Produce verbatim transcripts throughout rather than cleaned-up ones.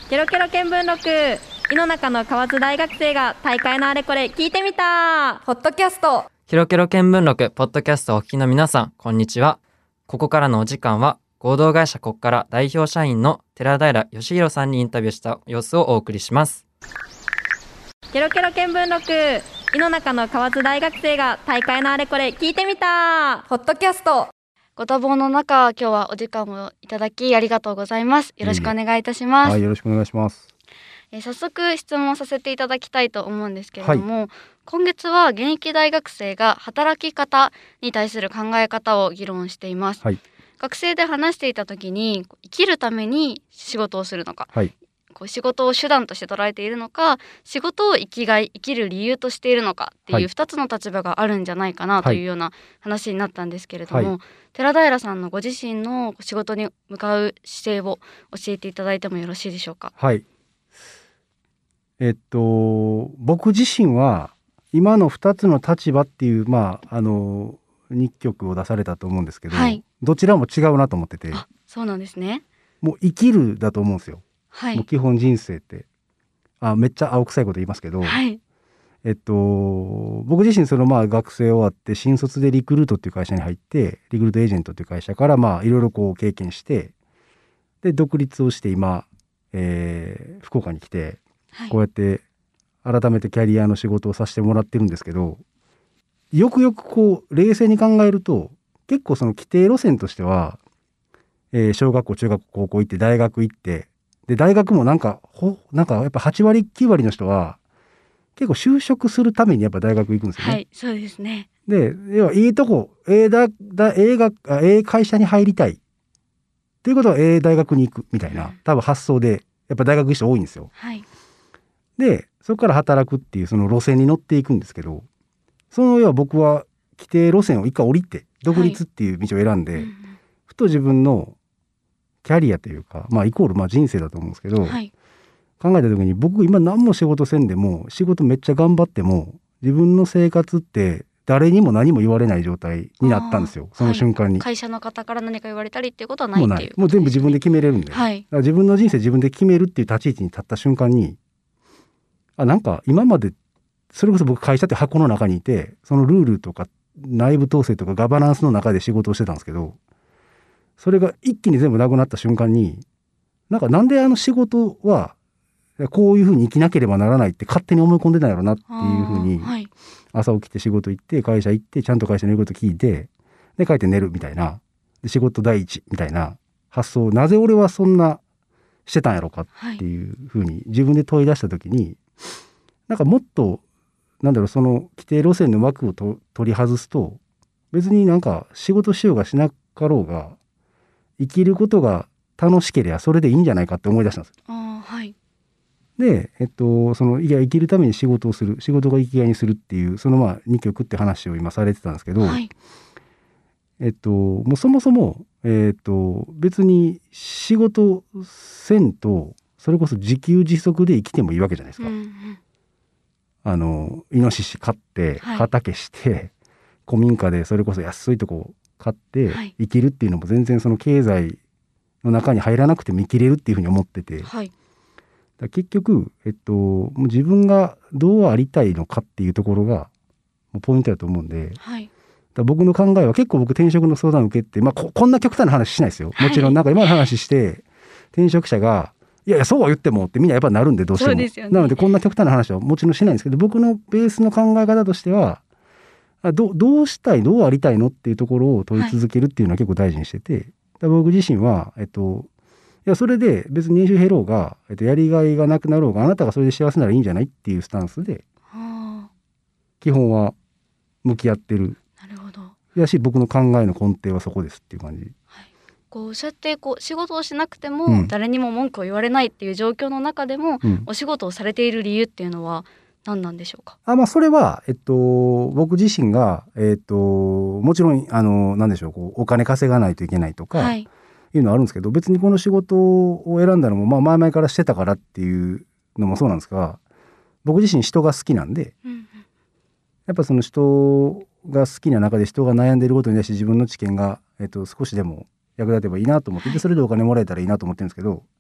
ケロケロ見聞録、井の中の河津大学生が大会のあれこれ聞いてみたポッドキャスト。 ケロケロ見聞録ポッドキャストをお聞きの皆さん、こんにちは。ここからのお時間は合同会社こっから代表社員の寺平義弘さんにインタビューした様子をお送りします。 ケロケロ見聞録、井の中の河津大学生が大会のあれこれ聞いてみたポッドキャスト。 ご多忙の中、今日はお時間をいただきありがとうございます。よろしくお願いいたします。 はい、よろしくお願いします。 えー、早速質問させていただきたいと思うんですけれども、はい、今月は現役大学生が働き方に対する考え方を議論しています。はい、学生で話していた時に、生きるために仕事をするのか、はい、こう仕事を手段として捉えているのか、仕事を生きがい、生きる理由としているのかっていうふたつの立場があるんじゃないかなというような話になったんですけれども、はい、寺平さんのご自身の仕事に向かう姿勢を教えていただいてもよろしいでしょうか。 はい、えっと僕自身は今のふたつの立場っていう、まあ、あの日曲を出されたと思うんですけど、はい、どちらも違うなと思ってて。 あ、そうなんですね。 もう生きるだと思うんですよ。はい、もう基本人生ってあめっちゃ青臭いこと言いますけど、はい、えっと僕自身そのまあ学生終わって新卒でリクルートっていう会社に入って、リクルートエージェントっていう会社からまあいろいろこう経験して、で独立をして今、えー、福岡に来て、はい、こうやって改めてキャリアの仕事をさせてもらってるんですけど、よくよくこう冷静に考えると結構その規定路線としては、えー、小学校中学校高校行って大学行って、で大学もなんかほなんかやっぱはちわりきゅうわりの人は結構就職するためにやっぱ大学行くんですよね。 はい、そうですね。 で要はいいとこ A だだ A が A 会社に入りたいっていうことは A 大学に行くみたいな、多分発想でやっぱ大学行く人多いんですよ。はい、でそこから働くっていうその路線に乗っていくんですけど、その要は僕は規定路線を一回降りて独立っていう道を選んで、はい、うん、ふと自分のキャリアというか、まあイコールまあ人生だと思うんですけど、はい、考えた時に僕今何も仕事せんでも仕事めっちゃ頑張っても自分の生活って誰にも何も言われない状態になったんですよ。その瞬間に、はい、 会社の方から何か言われたりっていうことはないっていうことですね。 もうない、もう全部自分で決めれるんで、はい、だから自分の人生自分で決めるっていう立ち位置に立った瞬間に、あなんか今までそれこそ僕会社って箱の中にいて、そのルールとか内部統制とかガバナンスの中で仕事をしてたんですけど、それが一気に全部なくなった瞬間に、なんかなんであの仕事はこういうふうに生きなければならないって勝手に思い込んでたんやろなっていうふうに、はい、朝起きて仕事行って会社行ってちゃんと会社の言うこと聞いて、で帰って寝るみたいな、で仕事第一みたいな発想をなぜ俺はそんなしてたんやろかっていうふうに自分で問い出した時に、なんかもっとなんだろう、その規定路線の枠をと取り外すと、別になんか仕事しようがしなかろうが生きることが楽しければそれでいいんじゃないかって思い出したんですよ。 あ、はい、 で、えっと、そのいや生きるために仕事をする、仕事が生きがいにするっていうそのまあにきょくって話を今されてたんですけど、はい、えっともうそもそも、えっと、別に仕事せんとそれこそ自給自足で生きてもいいわけじゃないですか。うんうん、あのイノシシ飼って畑して、はい、古民家でそれこそ安いとこ買って生きるっていうのも全然その経済の中に入らなくても生きれるっていうふうに思ってて、はい、だ結局、えっと、もう自分がどうありたいのかっていうところがもうポイントだと思うんで、はい、だ僕の考えは結構僕転職の相談を受けて、まあ、こ, こんな極端な話しないですよ。もちろんなんか今の話して転職者がいやいやそうは言ってもってみんなやっぱなるんで、どうしてもそうですよね。なのでこんな極端な話はもちろんしないんですけど、僕のベースの考え方としてはど, どうしたいどうありたいのっていうところを問い続けるっていうのは結構大事にしてて、はい、だ僕自身は、えっと、いやそれで別に年収減ろうが、えっと、やりがいがなくなろうがあなたがそれで幸せならいいんじゃないっていうスタンスで、はあ、基本は向き合ってる。 なるほど。 やし僕の考えの根底はそこですっていう感じ。 はい、こうそうやってこう仕事をしなくても、うん、誰にも文句を言われないっていう状況の中でも、うん、お仕事をされている理由っていうのは何なんでしょうか。 あ、まあ、それは、えっと、僕自身が、えっと、もちろんあの何でしょう、こうお金稼がないといけないとか、はい、いうのはあるんですけど、別にこの仕事を選んだのも、まあ、前々からしてたからっていうのもそうなんですが、僕自身人が好きなんで、うんうん、やっぱその人が好きな中で人が悩んでいることに対して自分の知見が、えっと、少しでも役立てばいいなと思って、でそれでお金もらえたらいいなと思ってるんですけど、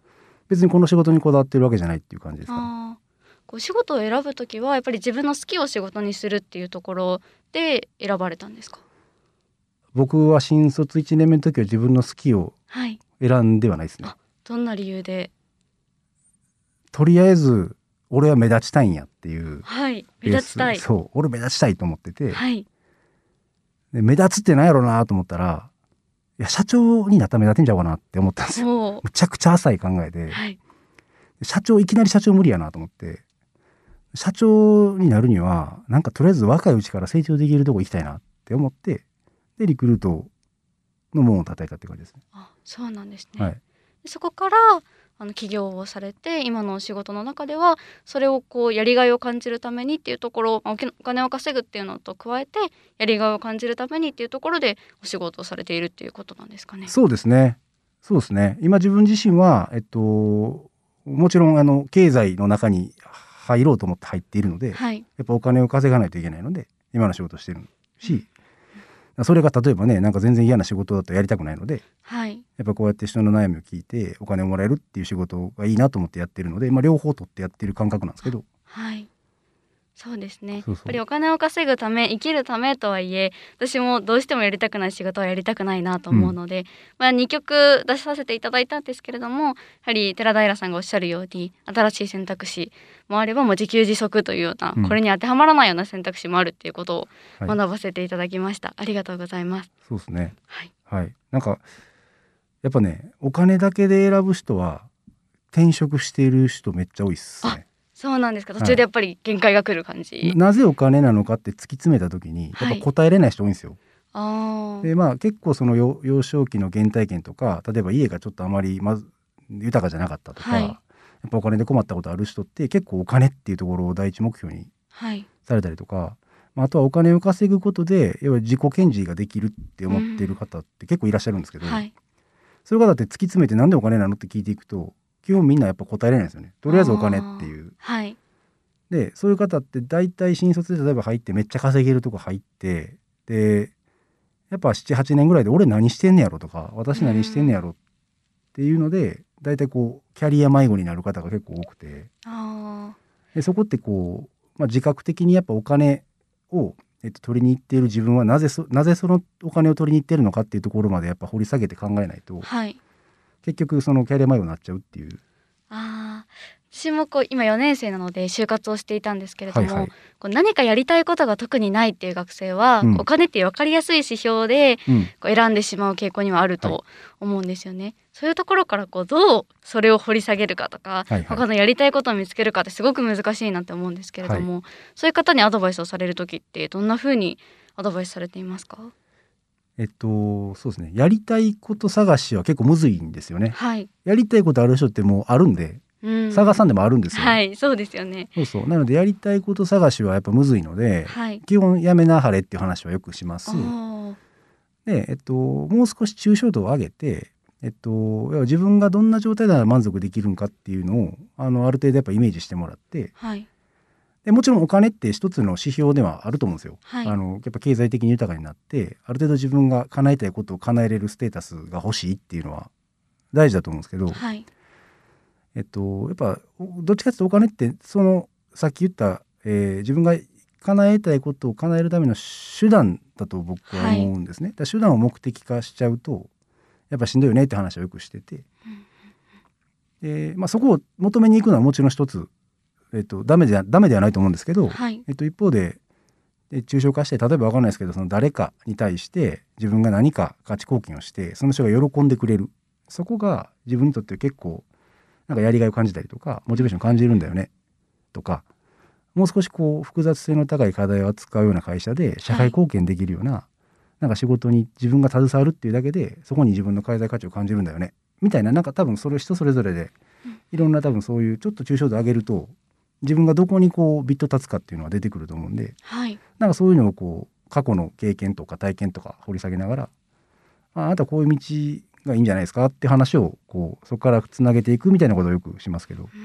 別にこの仕事にこだわってるわけじゃないっていう感じですかね。 あこう仕事を選ぶときはやっぱり自分の好きを仕事にするっていうところで選ばれたんですか？ 僕は新卒いちねんめの時は自分の好きをはい選んではないですね。 あどんな理由で？ とりあえず俺は目立ちたいんやっていうはい目立ちたい。 そう俺目立ちたいと思ってて、 はいで目立つって何やろうなと思ったら、いや社長になったら目立てんちゃうかなって思ったんですよ。 おーむちゃくちゃ浅い考えで、 はい社長いきなり社長無理やなと思って、社長になるにはなんかとりあえず若いうちから成長できるとこ行きたいなって思って、でリクルートの門を叩いたって感じですね。 あそうなんですね。 はい、 でそこからあの起業をされて今のお仕事の中ではそれをこうやりがいを感じるためにっていうところ、まあお金を稼ぐっていうのと加えてやりがいを感じるためにっていうところでお仕事をされているっていうことなんですかね。 そうですね。そうですね。今自分自身はえっともちろんあの経済の中に入ろうと思って入っているので、 はいやっぱお金を稼がないといけないので今の仕事をしてるし、それが例えばねなんか全然嫌な仕事だとやりたくないので、 はいやっぱこうやって人の悩みを聞いてお金をもらえるっていう仕事がいいなと思ってやってるので、まあ、両方取ってやってる感覚なんですけど。 はいそうですね。 そうそうやっぱりお金を稼ぐため生きるためとはいえ私もどうしてもやりたくない仕事はやりたくないなと思うので、うんまあ、にきょく出させていただいたんですけれども、やはり寺平さんがおっしゃるように新しい選択肢もあればもう自給自足というような、うん、これに当てはまらないような選択肢もあるっていうことを学ばせていただきました、はい、ありがとうございます。 そうですね、 はいはい、なんかやっぱねお金だけで選ぶ人は転職している人めっちゃ多いっすね。 そうなんですか。途中でやっぱり限界が来る感じ、はい、 なぜお金なのかって突き詰めた時にやっぱ答えれない人多いんですよ、 はい、 でまあ結構その幼少期の原体験とか例えば家がちょっとあまりまず豊かじゃなかったとか、はい、やっぱお金で困ったことある人って結構お金っていうところを第一目標にされたりとか、はいまあ、あとはお金を稼ぐことで要は自己顕示ができるって思っている方って結構いらっしゃるんですけど、うんはい、そういう方って突き詰めてなんでお金なのって聞いていくと基本みんなやっぱ答えれないんですよね。とりあえずお金っていう、 はい、 でそういう方って大体新卒で例えば入ってめっちゃ稼げるとこ入ってでやっぱななはちねんぐらいで俺何してんねやろとか私何してんねやろっていうので大体こうキャリア迷子になる方が結構多くて、 あでそこってこう、まあ、自覚的にやっぱお金を、えっと、取りに行っている自分はなぜ そ, なぜそのお金を取りに行ってるのかっていうところまでやっぱ掘り下げて考えないと、 はい、 結局そのキャリア迷子になっちゃうっていう。 あ私もこう今よねん生なので就活をしていたんですけれども、はいはい、こう何かやりたいことが特にないっていう学生は、うん、お金っていう分かりやすい指標でこう選んでしまう傾向にはあると思うんですよね、はい、そういうところからこうどうそれを掘り下げるかとか、はいはい、他のやりたいことを見つけるかってすごく難しいなって思うんですけれども、はい、そういう方にアドバイスをされる時ってどんな風にアドバイスされていますか？ えっとそうですね、やりたいこと探しは結構むずいんですよね、 はい、 やりたいことある人ってもうあるんでうん、探さんでもあるんですよ、ね、 はいそうですよね。 そうそうなのでやりたいこと探しはやっぱむずいので、はい、基本やめなはれっていう話はよくします。で、えっと、もう少し抽象度を上げて、えっと、要は自分がどんな状態なら満足できるのかっていうのを あのある程度やっぱイメージしてもらって、はい、でもちろんお金って一つの指標ではあると思うんですよ、はい、あのやっぱ経済的に豊かになってある程度自分が叶えたいことを叶えれるステータスが欲しいっていうのは大事だと思うんですけど、はいえっと、やっぱどっちかというとお金ってそのさっき言った、えー、自分が叶えたいことを叶えるための手段だと僕は思うんですね、はい、だ手段を目的化しちゃうとやっぱしんどいよねって話をよくしてて、で、まあ、そこを求めに行くのはもちろん一つ、えっと、ダメでは、ダメではないと思うんですけど、はいえっと、一方で抽象化して例えば分かんないですけどその誰かに対して自分が何か価値貢献をしてその人が喜んでくれる、そこが自分にとって結構なんかやりがいを感じたりとかモチベーションを感じるんだよねとか、もう少しこう複雑性の高い課題を扱うような会社で社会貢献できるような、はい、なんか仕事に自分が携わるっていうだけでそこに自分の経済価値を感じるんだよねみたいな、なんか多分それ人それぞれでいろんな多分そういうちょっと抽象度上げると自分がどこにこうビット立つかっていうのは出てくると思うんで、はい、なんかそういうのをこう過去の経験とか体験とか掘り下げながら、あ、あなたこういう道がいいんじゃないですかって話をこうそこからつなげていくみたいなことをよくしますけど。 うん、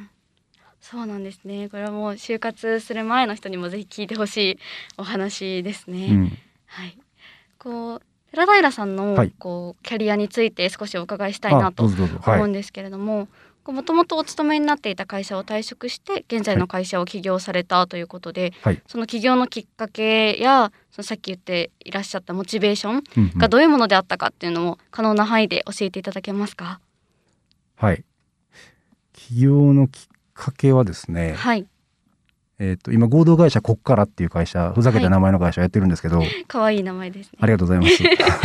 そうなんですね。これはもう就活する前の人にもぜひ聞いてほしいお話ですね、うんはい、こう寺平さんのこう、はい、キャリアについて少しお伺いしたいなと思うんですけれども、はい、 もともとお勤めになっていた会社を退職して現在の会社を起業されたということで、はい、その起業のきっかけやそのさっき言っていらっしゃったモチベーションがどういうものであったかっていうのも可能な範囲で教えていただけますか？ はい、起業のきっかけはですね、 はい、 えー、と今合同会社こっからっていう会社、ふざけた名前の会社をやってるんですけど、 かわいい名前ですね。 ありがとうございます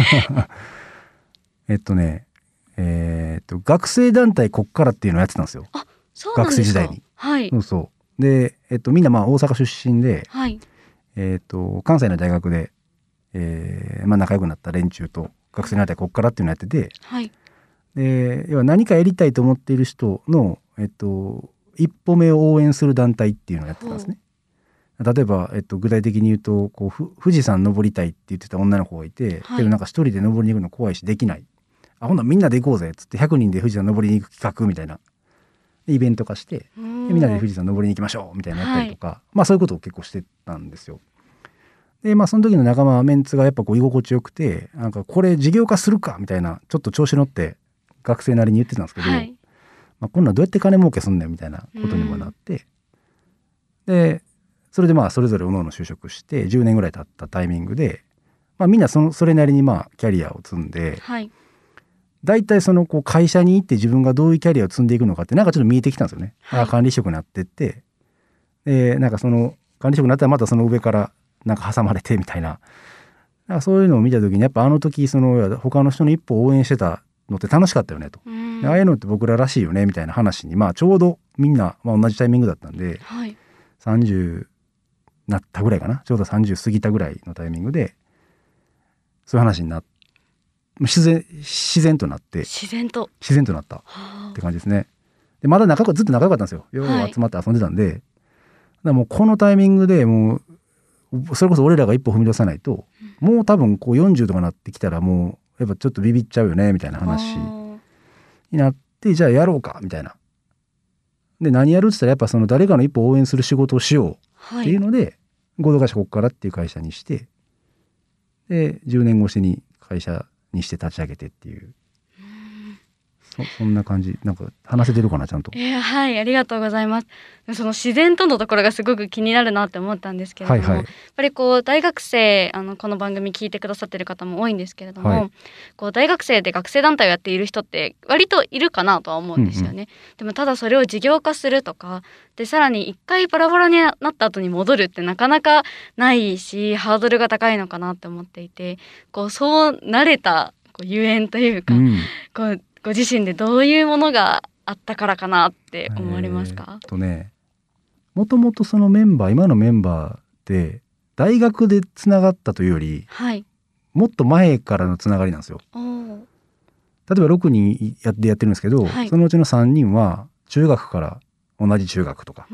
えっとねえー、と学生団体こっからっていうのをやってたんですよ。 あ、そうなんですか。学生時代に。 はい。そうそうで、えっと、みんなまあ大阪出身で、 はい、 えっと関西の大学で、えーまあ、仲良くなった連中と学生団体こっからっていうのをやってて、 はい、 で要は何かやりたいと思っている人の、えっと、一歩目を応援する団体っていうのをやってたんですね。例えば、えっと、具体的に言うとこう富士山登りたいって言ってた女の子がいて、はい、けどなんか一人で登りに行くの怖いしできない、あ、ほんならみんなで行こうぜっつってひゃくにんで富士山登りに行く企画みたいなイベント化して、でみんなで富士山登りに行きましょうみたいなやったりとか、はい、まあそういうことを結構してたんですよ。でまあその時の仲間メンツがやっぱこう居心地よくて、なんかこれ事業化するかみたいなちょっと調子乗って学生なりに言ってたんですけど、はい、まあ、こんなんどうやって金儲けすんねんみたいなことにもなって、でそれでまあそれぞれ各々就職してじゅうねんぐらい経ったタイミングで、まあ、みんなそのそれなりにまあキャリアを積んで、 はい、 大体そのこう会社に行って自分がどういうキャリアを積んでいくのかってなんかちょっと見えてきたんですよね。はい、あ、管理職になってって、でなんかその管理職になったらまたその上からなんか挟まれてみたいな、なんかそういうのを見た時にやっぱあの時その他の人の一歩を応援してたのって楽しかったよねと、ああいうのって僕ららしいよねみたいな話に、まあちょうどみんな、まあ、同じタイミングだったんで、 はい、 さんじゅうなったぐらいかな、ちょうどさんじゅう過ぎたぐらいのタイミングでそういう話になって自然自然となって自然と自然となったって感じですね。でまだ仲良くずっと仲良かったんですよ。よう集まって遊んでたんで、はい、だからもうこのタイミングでもうそれこそ俺らが一歩踏み出さないと、うん、もう多分こうよんじゅうとかなってきたらもうやっぱちょっとビビっちゃうよねみたいな話になって、じゃあやろうかみたいな。で何やるって言ったらやっぱその誰かの一歩を応援する仕事をしようっていうので、はい、合同会社こっからっていう会社にして、でじゅうねん越しに会社にして立ち上げてっていう、そ, そんな感じ。なんか話せてるかなちゃんと。 いや、はい、ありがとうございます。その自然とのところがすごく気になるなって思ったんですけれども、はいはい、やっぱりこう大学生、あのこの番組聞いてくださってる方も多いんですけれども、はい、こう大学生で学生団体をやっている人って割といるかなとは思うんですよね、うんうん、でもただそれを事業化するとかで、さらに一回バラバラになった後に戻るってなかなかないし、ハードルが高いのかなって思っていて、こうそう慣れたこうゆえんというか、うん、こうご自身でどういうものがあったからかなって思われますか？ えー、とね、もともとそのメンバー、今のメンバーって大学でつながったというより、 はい、 もっと前からのつながりなんですよ。例えばろくにんやってやってるんですけど、はい、そのうちのさんにんは中学から同じ中学とか、うん、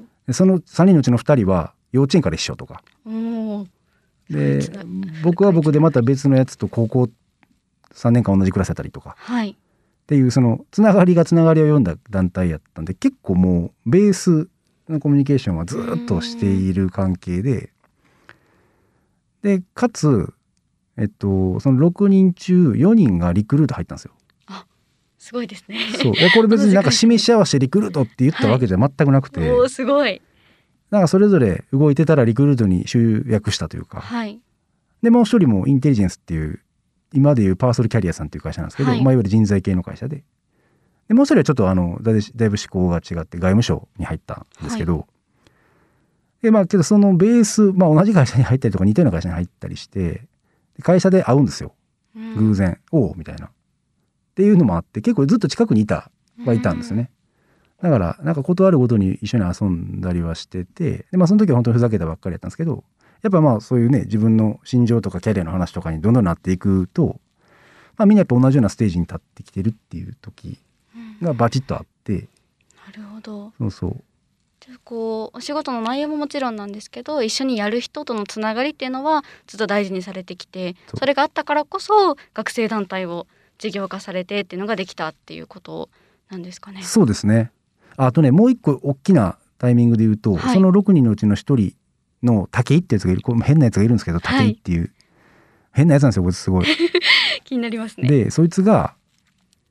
でそのさんにんのうちのふたりは幼稚園から一緒とか、で僕は僕でまた別のやつと高校さんねんかん同じクラスやったりとか、 はい、 っていうそのつながりがつながりを読んだ団体やったんで、結構もうベースのコミュニケーションはずっとしている関係で、でかつ、えっと、そのろくにん中よにんがリクルート入ったんですよ。 あ、すごいですね。 そう、これ別になんか示し合わせてリクルートって言ったわけじゃ全くなくて、はい、 おー、すごい。 なんかそれぞれ動いてたらリクルートに集約したというか、 はい、 でもう一人もインテリジェンスっていう今でいうパーソルキャリアさんっていう会社なんですけど、はい、まあ、いわゆる人材系の会社で、でもう一人はちょっとあのだいぶ思考が違って外務省に入ったんですけど、はい、でまあけどそのベース、まあ、同じ会社に入ったりとか似たような会社に入ったりして会社で会うんですよ、うん、偶然おうみたいなっていうのもあって、結構ずっと近くにいたはいたんですよね、うん、だからなんか断るごとに一緒に遊んだりはしてて、で、まあ、その時は本当にふざけたばっかりやったんですけど、やっぱまあそういうね自分の心情とかキャリアの話とかにどんどんなっていくと、まあ、みんなやっぱ同じようなステージに立ってきてるっていう時がバチッとあって、うん、 なるほど。 そうそう。 でこうお仕事の内容ももちろんなんですけど、一緒にやる人とのつながりっていうのはずっと大事にされてきて、 そ, それがあったからこそ学生団体を事業化されてっていうのができたっていうことなんですかね。 そうですね。あとね、もう一個大きなタイミングで言うと、はい、そのろくにんのうちのひとりの武井ってやつがいる、これ変なやつがいるんですけど、武井っていう、はい、変なやつなんですよこいつすごい気になりますね。 でそいつが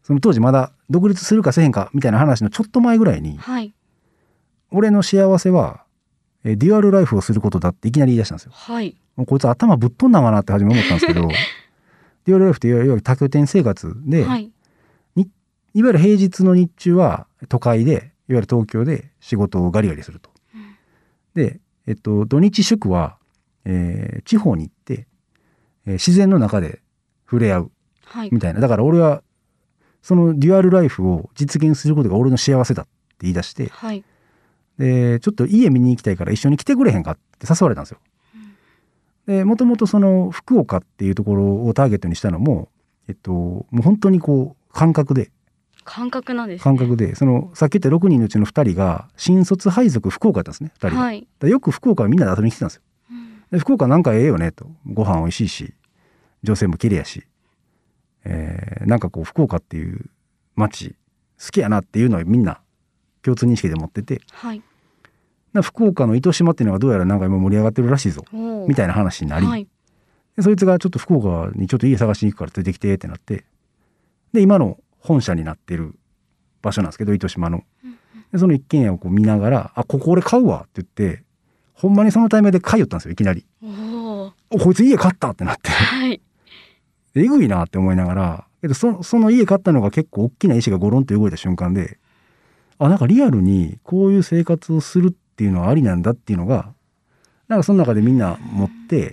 その当時まだ独立するかせへんかみたいな話のちょっと前ぐらいに、 はい、 俺の幸せはえデュアルライフをすることだっていきなり言い出したんですよ。 はい、 もうこいつ頭ぶっ飛んだんかなって初め思ったんですけどデュアルライフっていわゆる多拠点生活で、 はい、 にいわゆる平日の日中は都会でいわゆる東京で仕事をガリガリすると、うん、で、えっと、土日祝は、えー、地方に行って、えー、自然の中で触れ合うみたいな、はい、だから俺はそのデュアルライフを実現することが俺の幸せだって言い出して、 はい、 でちょっと家見に行きたいから一緒に来てくれへんかって誘われたんですよ。でもともとその福岡っていうところをターゲットにしたのも、えっと、もう本当にこう感覚で感覚なんですね。 感覚でそのさっき言ったろくにんのうちのふたりが新卒配属福岡だったんですね。ふたりが、はい、だよく福岡はみんなで遊びに来てたんですよ、うん、で福岡なんかええよねと、ご飯おいしいし女性も綺麗やし、えー、なんかこう福岡っていう街好きやなっていうのはみんな共通認識で持ってて、 はい、 福岡の糸島っていうのがどうやらなんか今盛り上がってるらしいぞみたいな話になり、はい、でそいつがちょっと福岡にちょっと家探しに行くから連れてきてってなって、で今の本社になってる場所なんですけど糸島の、でその一軒家をこう見ながら、あここ俺買うわって言ってほんまにそのタイミングで買いよったんですよいきなり。おおこいつ家買ったってなって、はい、えぐいなって思いながら、けど そ, その家買ったのが結構大きな石がゴロンと動いた瞬間で、あなんかリアルにこういう生活をするっていうのはありなんだっていうのがなんかその中でみんな持って、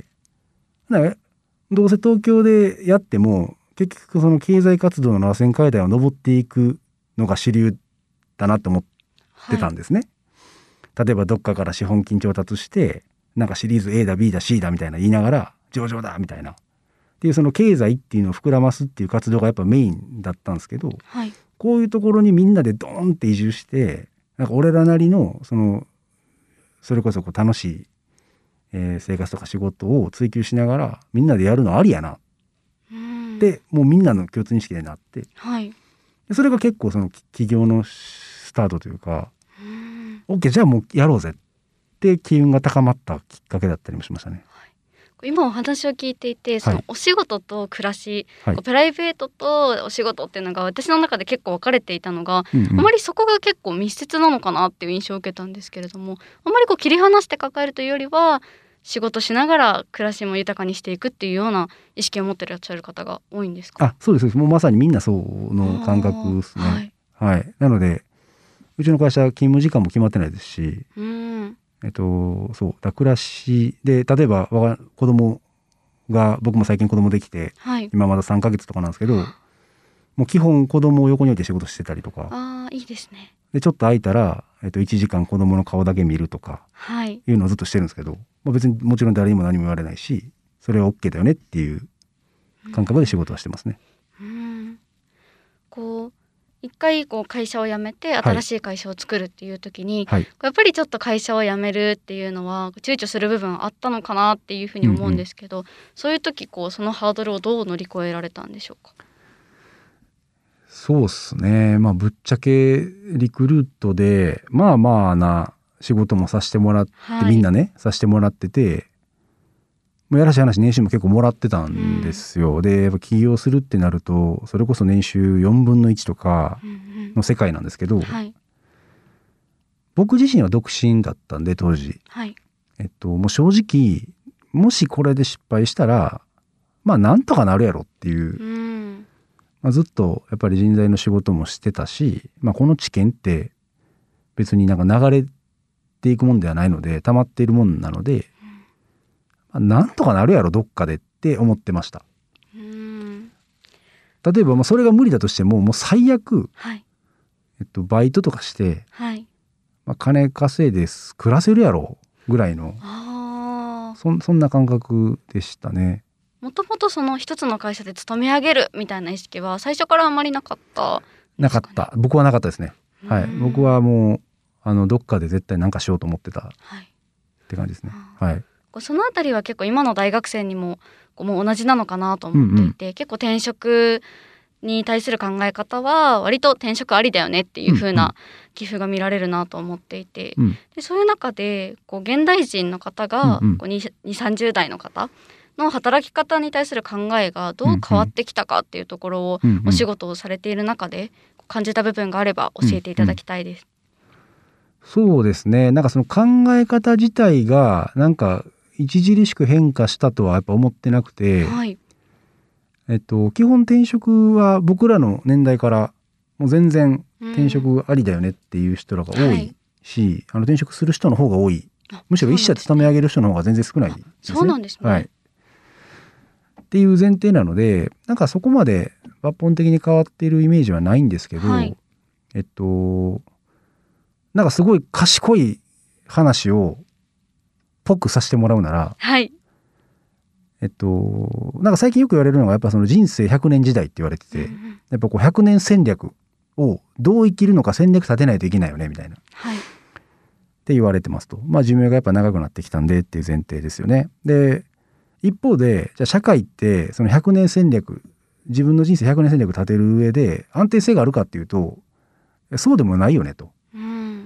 なんかどうせ東京でやっても結局その経済活動の螺旋階段を登っていくのが主流だなと思ってたんですね、はい、例えばどっかから資本金調達してなんかシリーズ A だ B だ C だみたいな言いながら上場だみたいなっていうその経済っていうのを膨らますっていう活動がやっぱメインだったんですけど、はい、こういうところにみんなでドーンって移住してなんか俺らなりのそのそれこそこう楽しい、えー、生活とか仕事を追求しながらみんなでやるのありやなってもうみんなの共通認識でなって、はい、でそれが結構その起業のスタートというか、うん OK じゃあもうやろうぜって機運が高まったきっかけだったりもしましたね。 今お話を聞いていてそのお仕事と暮らし、はい、プライベートとお仕事っていうのが私の中で結構分かれていたのが、うんうん、あまりそこが結構密接なのかなっていう印象を受けたんですけれども、あまりこう切り離して抱えるというよりは仕事しながら暮らしも豊かにしていくっていうような意識を持っていらっしゃる方が多いんですか？ あ、そうです。もうまさにみんなそうの感覚ですね。はい、はい、なのでうちの会社勤務時間も決まってないですし、うんえっと、そうだ暮らしで例えば我が子供が僕も最近子供できて、はい、今まださんかげつとかなんですけどもう基本子供を横に置いて仕事してたりとか、 あいいですね。 でちょっと空いたら、えっと、いちじかん子供の顔だけ見るとか、はい、いうのをずっとしてるんですけど、まあ、別にもちろん誰にも何も言われないしそれは OK だよねっていう感覚で仕事はしてますね。 うんうんこう一回こう会社を辞めて新しい会社を作るっていう時に、はい、やっぱりちょっと会社を辞めるっていうのは躊躇する部分あったのかなっていうふうに思うんですけど、うんうん、そういう時こうそのハードルをどう乗り越えられたんでしょうか？ そうですね、まあぶっちゃけリクルートでまあまあな仕事もさせてもらって、はい、みんなねさせてもらってて、もうやらしい話年収も結構もらってたんですよ、うん、でやっぱ起業するってなるとそれこそ年収よんぶんのいちとかの世界なんですけど、うんうんはい、僕自身は独身だったんで当時、はいえっと、もう正直もしこれで失敗したらまあなんとかなるやろっていう、うんまあ、ずっとやっぱり人材の仕事もしてたし、まあ、この知見って別になんか流れていくもんではないので溜まっているもんなので、なんとかなるやろどっかでって思ってました。うーん例えばまあそれが無理だとしてももう最悪、はいえっと、バイトとかして、はいまあ、金稼いで暮らせるやろぐらいのあ そ, そんな感覚でしたね。 もともとその一つの会社で勤め上げるみたいな意識は最初からあんまりなかった、 ね、なかった僕はなかったですね、はい、僕はもうあのどっかで絶対何かしようと思ってた、はい、って感じですね。はいそのあたりは結構今の大学生にももう同じなのかなと思っていて、うんうん、結構転職に対する考え方は割と転職ありだよねっていう風な寄付が見られるなと思っていて、うんうん、でそういう中でこう現代人の方がこうにじゅう、さんじゅう代の方の働き方に対する考えがどう変わってきたかっていうところを、 うんうん、 お仕事をされている中で感じた部分があれば教えていただきたいです。 うんうん、そうですね。なんかその考え方自体がなんか著しく変化したとはやっぱ思ってなくて、 はい、 えっと、基本転職は僕らの年代からもう全然転職ありだよねっていう人らが多いし、うんはい、あの転職する人の方が多い。むしろ一社勤め上げる人の方が全然少ないですね。 そうなんですね。 はい。っていう前提なので、なんかそこまで抜本的に変わっているイメージはないんですけど、はい、えっとなんかすごい賢い話をぽくさせてもらうなら、 はい、 えっとなんか最近よく言われるのがやっぱその人生ひゃくねん時代って言われてて、うんうん、やっぱこうひゃくねん戦略をどう生きるのか戦略立てないといけないよねみたいな、 はい、 って言われてますと。まあ寿命がやっぱ長くなってきたんでっていう前提ですよね。で一方でじゃあ社会ってそのひゃくねん戦略、自分の人生ひゃくねん戦略立てる上で安定性があるかっていうとそうでもないよねと、 うん、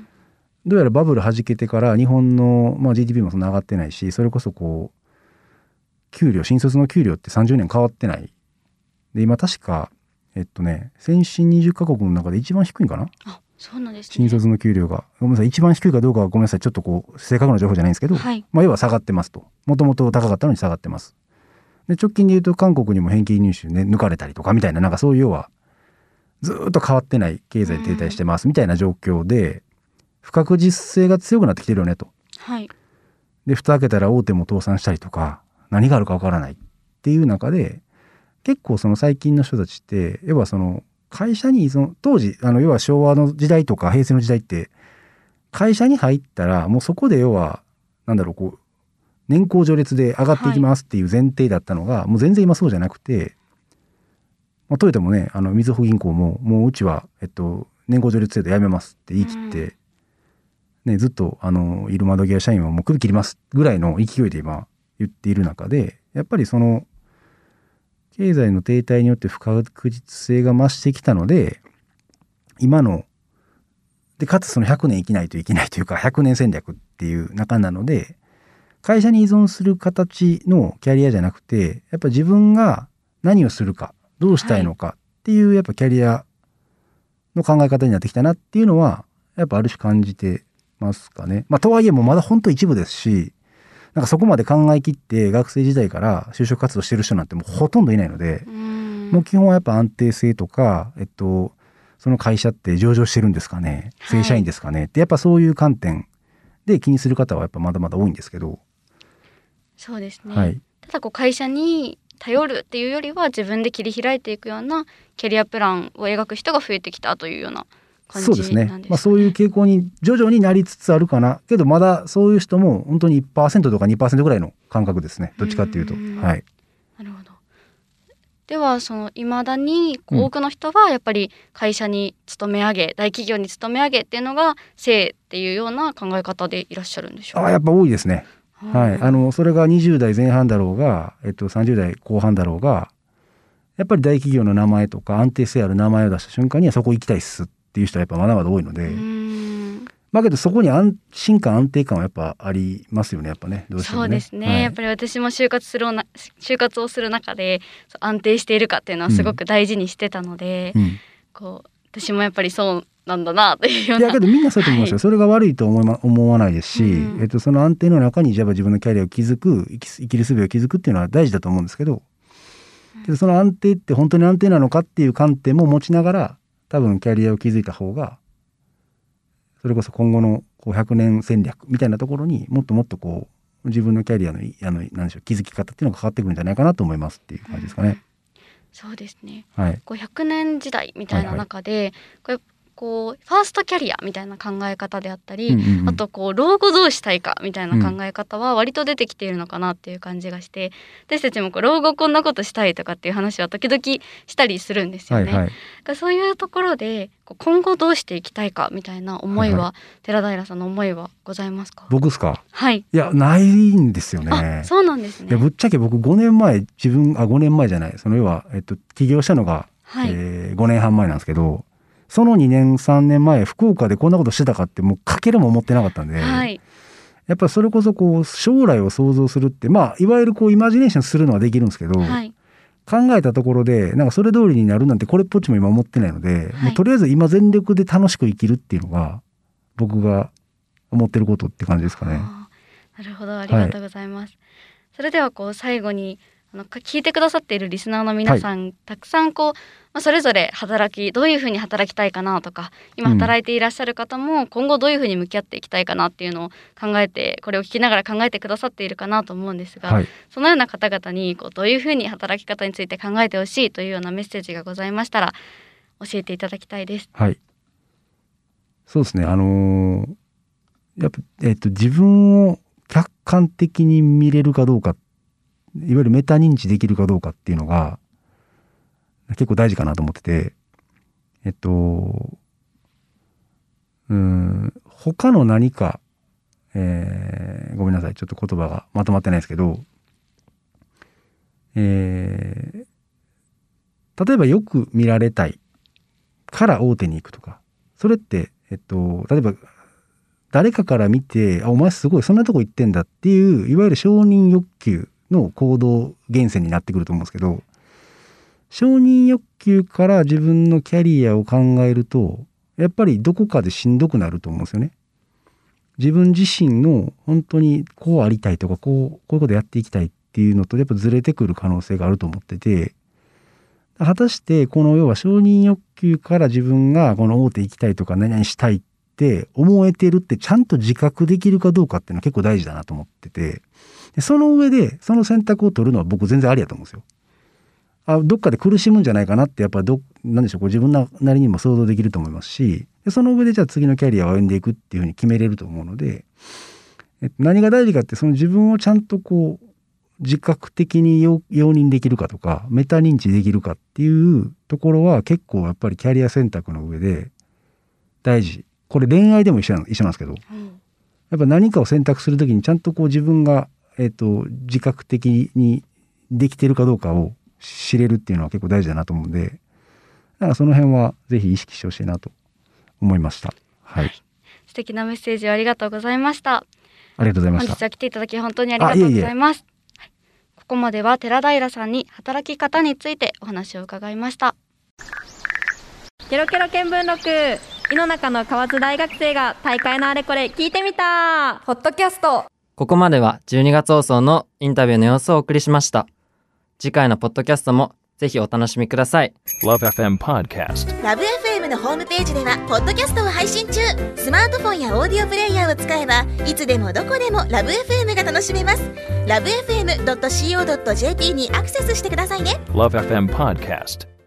どうやらバブル弾けてから日本の、まあ、ジーディーピー もそんな上がってないし、それこそこう給料、新卒の給料ってさんじゅうねん変わってないで、今確かえっとね先進にじゅっカ国の中で一番低いんかな。 あ、そうなんですね。 新卒の給料がごめんなさい、一番低いかどうかはごめんなさい、ちょっとこう正確な情報じゃないんですけど、 はい、 まあ、要は下がってますと。もともと高かったのに下がってます。で直近で言うと韓国にも返金入手ね抜かれたりとかみたいな、なんかそういう要はずっと変わってない経済停滞してますみたいな状況で、不確実性が強くなってきてるよねと。 はい、 で蓋開けたら大手も倒産したりとか何があるかわからないっていう中で、結構その最近の人たちって要はその会社に依存、当時あの要は昭和の時代とか平成の時代って会社に入ったらもうそこで要はなんだろうこう年功序列で上がっていきますっていう前提だったのが、はい、もう全然今そうじゃなくて、まあ、トヨタもねあのみずほ銀行ももううちは、えっと、年功序列制度やめますって言い切って、うんね、ずっとあのいる窓際社員はもう首切りますぐらいの勢いで今言っている中で、やっぱりその経済の停滞によって不確実性が増してきたので、今のでかつそのひゃくねん生きないといけないというかひゃくねん戦略っていう中なので、会社に依存する形のキャリアじゃなくて、やっぱ自分が何をするかどうしたいのかっていうやっぱキャリアの考え方になってきたなっていうのはやっぱある種感じてますかね。まあとはいえもうまだ本当一部ですし、なんかそこまで考え切って学生時代から就職活動してる人なんてもうほとんどいないので、もう基本はやっぱ安定性とか、えっとその会社って上場してるんですかね、正社員ですかね、はい、ってやっぱそういう観点で気にする方はやっぱまだまだ多いんですけど。 そうですね、 はい、 ただこう会社に頼るっていうよりは自分で切り開いていくようなキャリアプランを描く人が増えてきたというような感じなんですかね。 そうですね、まあ、そういう傾向に徐々になりつつあるかなけど、まだそういう人も本当に いちパーセント とか にパーセント ぐらいの感覚ですね、どっちかっていうと。はい、 なるほど。ではその未だに多くの人はやっぱり会社に勤め上げ、うん、大企業に勤め上げっていうのが正っていうような考え方でいらっしゃるんでしょうか。 あ、やっぱ多いですね。はい、あのそれがにじゅう代前半だろうが、えっと、さんじゅう代後半だろうが、やっぱり大企業の名前とか安定性ある名前を出した瞬間にはそこ行きたいっすっていう人はやっぱまだまだ多いので、うーん、まあけどそこに安心感安定感はやっぱありますよね、やっぱね、どうしてもね。 そうですね、 はい、 やっぱり私も就活するな就活をする中で安定しているかっていうのはすごく大事にしてたので、うんうん、こう私もやっぱりそうなんだなというような。 いやけどみんなそうだと思いますよ、はい、それが悪いと思い、ま、思わないですし、うん、えっと、その安定の中にじゃあ自分のキャリアを築く生き、生きる術を築くっていうのは大事だと思うんですけど、けどその安定って本当に安定なのかっていう観点も持ちながら多分キャリアを築いた方が、それこそ今後のこうひゃくねん戦略みたいなところにもっともっとこう自分のキャリアの、あの、なんでしょう、築き方っていうのが変わってくるんじゃないかなと思いますっていう感じですかね。うん、 そうですね、 はい、 こうひゃくねん時代みたいな中で、はいはい、これこうファーストキャリアみたいな考え方であったり、うんうんうん、あとこう老後どうしたいかみたいな考え方は割と出てきているのかなっていう感じがして、うん、私たちもこう老後こんなことしたいとかっていう話は時々したりするんですよね。はいはい、そういうところでこう今後どうしていきたいかみたいな思いは、はいはい、寺平さんの思いはございますか？ 僕ですか？ はい。 いや、ないんですよね。 あ、そうなんですね。 いや、ぶっちゃけ僕ごねんまえ自分あごねんまえじゃない、その要は、えっと、起業したのが、はい、えー、ごねんはん前なんですけど、そのにねんさんねんまえ福岡でこんなことしてたかってもうかけるも思ってなかったんで、はい、 やっぱりそれこそこう将来を想像するってまあいわゆるこうイマジネーションするのはできるんですけど、はい、考えたところでなんかそれ通りになるなんてこれっぽっちも今思ってないので、はい、もうとりあえず今全力で楽しく生きるっていうのが僕が思ってることって感じですかね。 なるほど、ありがとうございます。はい、それではこう最後にあの聞いてくださっているリスナーの皆さん、はい、たくさんこう、まあ、それぞれ働きどういうふうに働きたいかなとか今働いていらっしゃる方も今後どういうふうに向き合っていきたいかなっていうのを考えてこれを聞きながら考えてくださっているかなと思うんですが、はい、そのような方々にこうどういうふうに働き方について考えてほしいというようなメッセージがございましたら教えていただきたいです。 はい、そうですね、あのー、やっぱ、えーと、自分を客観的に見れるかどうか、いわゆるメタ認知できるかどうかっていうのが結構大事かなと思ってて、えっとうーん他の何か、えー、ごめんなさいちょっと言葉がまとまってないですけど、えー、例えばよく見られたいから大手に行くとか、それってえっと例えば誰かから見てあお前すごいそんなとこ行ってんだっていういわゆる承認欲求の行動源泉になってくると思うんですけど、承認欲求から自分のキャリアを考えるとやっぱりどこかでしんどくなると思うんですよね。自分自身の本当にこうありたいとかこうこういうことやっていきたいっていうのとやっぱずれてくる可能性があると思ってて、果たしてこの要は承認欲求から自分がこの大手行きたいとか何々したいって思えてるってちゃんと自覚できるかどうかっていうのは結構大事だなと思ってて、でその上でその選択を取るのは僕全然ありだと思うんですよ。あどっかで苦しむんじゃないかなってやっぱどなんでしょうこう自分なりにも想像できると思いますし、でその上でじゃあ次のキャリアを歩んでいくっていうふうに決めれると思うので、えっと、何が大事かってその自分をちゃんとこう自覚的に容認できるかとかメタ認知できるかっていうところは結構やっぱりキャリア選択の上で大事。これ恋愛でも一緒なん、一緒なんですけど、うん、やっぱ何かを選択するときにちゃんとこう自分が、えっと、自覚的にできてるかどうかを知れるっていうのは結構大事だなと思うんで、だからその辺はぜひ意識してほしいなと思いました。はい。はい、 素敵なメッセージをありがとうございました。 ありがとうございました。 本日は来ていただき本当にありがとうございます。いえいえ、はい、ここまでは寺平さんに働き方についてお話を伺いました。 ケロケロ見聞録、井の中の河津大学生が大会のあれこれ聞いてみたポッドキャスト。 ここまではじゅうにがつ放送のインタビューの様子をお送りしました。次回のポッドキャストもぜひお楽しみください。 ラブエフエム Podcast。 ラブ エフエム のホームページではポッドキャストを配信中。スマートフォンやオーディオプレイヤーを使えばいつでもどこでもラブ エフエム が楽しめます。 ラブエフエムドットシーオードットジェーピー にアクセスしてくださいね。 ラブエフエム Podcast。